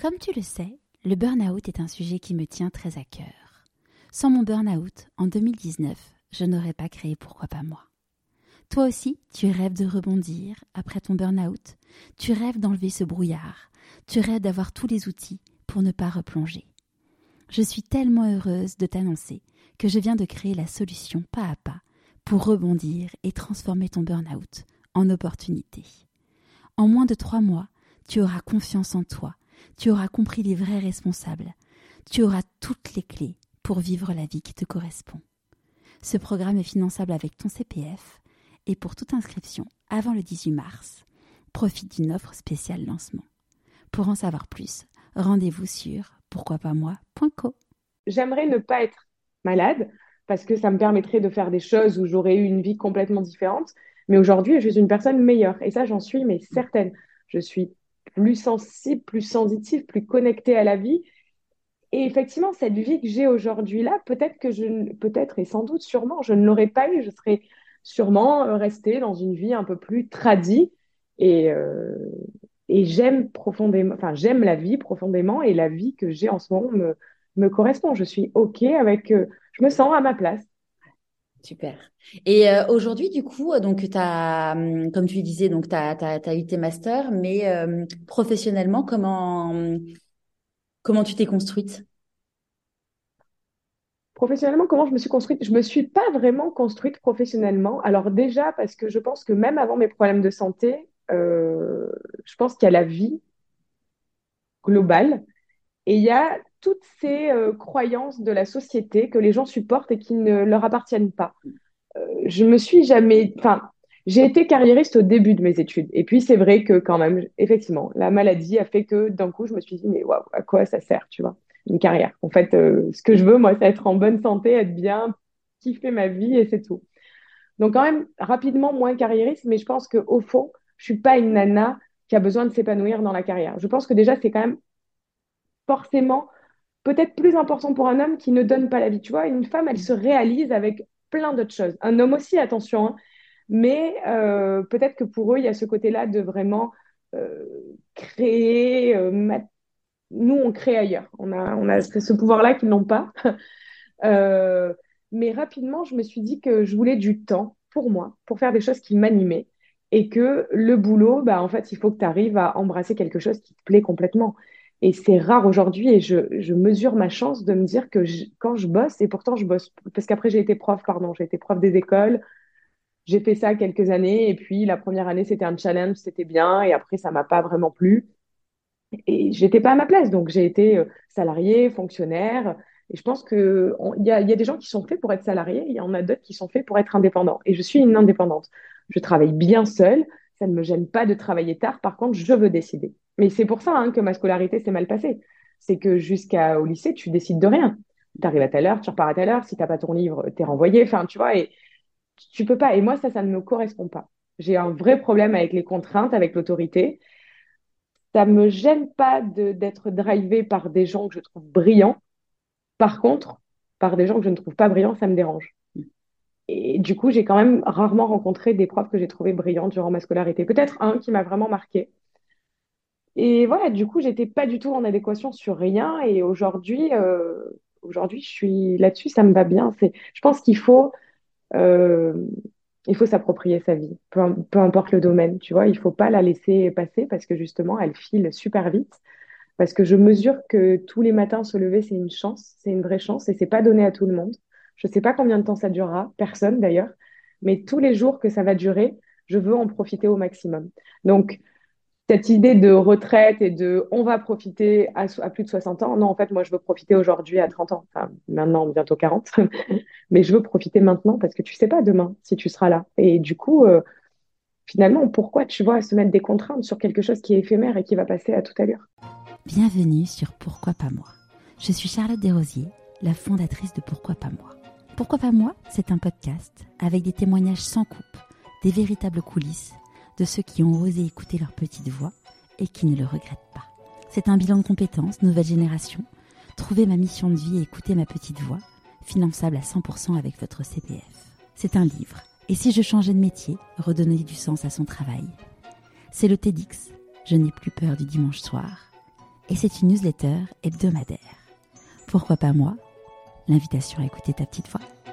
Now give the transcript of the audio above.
Comme tu le sais, le burn-out est un sujet qui me tient très à cœur. Sans mon burn-out, en 2019, je n'aurais pas créé Pourquoi pas moi. Toi aussi, tu rêves de rebondir après ton burn-out. Tu rêves d'enlever ce brouillard. Tu rêves d'avoir tous les outils pour ne pas replonger. Je suis tellement heureuse de t'annoncer que je viens de créer la solution pas à pas pour rebondir et transformer ton burn-out en opportunité. En moins de 3 mois, tu auras confiance en toi. Tu auras compris les vrais responsables. Tu auras toutes les clés pour vivre la vie qui te correspond. Ce programme est finançable avec ton CPF et pour toute inscription avant le 18 mars, profite d'une offre spéciale lancement. Pour en savoir plus, rendez-vous sur pourquoipasmoi.co. J'aimerais ne pas être malade parce que ça me permettrait de faire des choses où j'aurais eu une vie complètement différente. Mais aujourd'hui, je suis une personne meilleure. Et ça, j'en suis mais certaine. Je suis plus sensible, plus sensitive, plus connectée à la vie. Et effectivement, cette vie que j'ai aujourd'hui-là, peut-être et sans doute, sûrement, je ne l'aurais pas eu. Je serais sûrement restée dans une vie un peu plus tradie. Et, euh, et j'aime profondément, enfin, j'aime la vie profondément et la vie que j'ai en ce moment me correspond. Je suis OK avec, je me sens à ma place. Super. Et aujourd'hui, du coup, donc comme tu disais, donc t'as eu tes masters, mais professionnellement, comment tu t'es construite? Professionnellement, comment je me suis construite? Je me suis pas vraiment construite professionnellement. Alors déjà, parce que je pense que même avant mes problèmes de santé, je pense qu'il y a la vie globale et il y a toutes ces croyances de la société que les gens supportent et qui ne leur appartiennent pas. Je me suis jamais, enfin, j'ai été carriériste au début de mes études. Et puis, c'est vrai que quand même, effectivement, la maladie a fait que d'un coup, je me suis dit, mais waouh, à quoi ça sert, tu vois, une carrière? En fait, ce que je veux, moi, c'est être en bonne santé, être bien, kiffer ma vie et c'est tout. Donc, quand même, rapidement, moins carriériste, mais je pense qu'au fond, je suis pas une nana qui a besoin de s'épanouir dans la carrière. Je pense que déjà, c'est quand même forcément peut-être plus important pour un homme qui ne donne pas la vie. Tu vois, une femme, elle se réalise avec plein d'autres choses. Un homme aussi, attention, hein. Mais peut-être que pour eux, il y a ce côté-là de vraiment euh, créer. Nous, on crée ailleurs. On a ce pouvoir-là qu'ils n'ont pas. Euh, mais rapidement, je me suis dit que je voulais du temps pour moi, pour faire des choses qui m'animaient. Et que le boulot, bah, en fait, il faut que tu arrives à embrasser quelque chose qui te plaît complètement. Et c'est rare aujourd'hui et je mesure ma chance de me dire que quand je bosse, et pourtant je bosse, parce qu'après j'ai été prof, pardon, j'ai été prof des écoles, j'ai fait ça quelques années et puis la première année c'était un challenge, c'était bien et après ça m'a pas vraiment plu et j'étais pas à ma place. Donc j'ai été salariée, fonctionnaire et je pense il y a des gens qui sont faits pour être salariés, il y en a d'autres qui sont faits pour être indépendants et je suis une indépendante. Je travaille bien seule, ça ne me gêne pas de travailler tard, par contre je veux décider. Mais c'est pour ça hein, que ma scolarité s'est mal passée. C'est que jusqu'au lycée, tu décides de rien. Tu arrives à telle heure, tu repars à telle heure, si t'as pas ton livre, t'es renvoyé, enfin tu vois, et tu peux pas. Et moi, ça ne me correspond pas. J'ai un vrai problème avec les contraintes, avec l'autorité. Ça me gêne pas d'être drivée par des gens que je trouve brillants. Par contre, par des gens que je ne trouve pas brillants, ça me dérange. Et du coup, j'ai quand même rarement rencontré des profs que j'ai trouvés brillants durant ma scolarité. Peut-être un qui m'a vraiment marqué. Et voilà, du coup, j'étais pas du tout en adéquation sur rien. Et aujourd'hui, je suis là-dessus, ça me va bien. Je pense euh, il faut s'approprier sa vie, peu importe le domaine, tu vois. Il faut pas la laisser passer parce que justement, elle file super vite. Parce que je mesure que tous les matins se lever, c'est une chance, c'est une vraie chance et c'est pas donné à tout le monde. Je sais pas combien de temps ça durera, personne d'ailleurs, mais tous les jours que ça va durer, je veux en profiter au maximum. Donc, cette idée de retraite et de on va profiter à plus de 60 ans, non, en fait, moi, je veux profiter aujourd'hui à 30 ans, enfin, maintenant, bientôt 40, mais je veux profiter maintenant parce que tu sais pas demain si tu seras là. Et du coup, finalement, pourquoi tu vois se mettre des contraintes sur quelque chose qui est éphémère et qui va passer à toute allure? Bienvenue sur Pourquoi pas moi. Je suis Charlotte Desrosiers, la fondatrice de Pourquoi pas moi. Pourquoi pas moi, c'est un podcast avec des témoignages sans coupe, des véritables coulisses de ceux qui ont osé écouter leur petite voix et qui ne le regrettent pas. C'est un bilan de compétences, nouvelle génération, trouver ma mission de vie et écouter ma petite voix, finançable à 100% avec votre CPF. C'est un livre. Et si je changeais de métier, redonner du sens à son travail. C'est le TEDx, je n'ai plus peur du dimanche soir. et c'est une newsletter hebdomadaire. Pourquoi pas moi? L'invitation à écouter ta petite voix.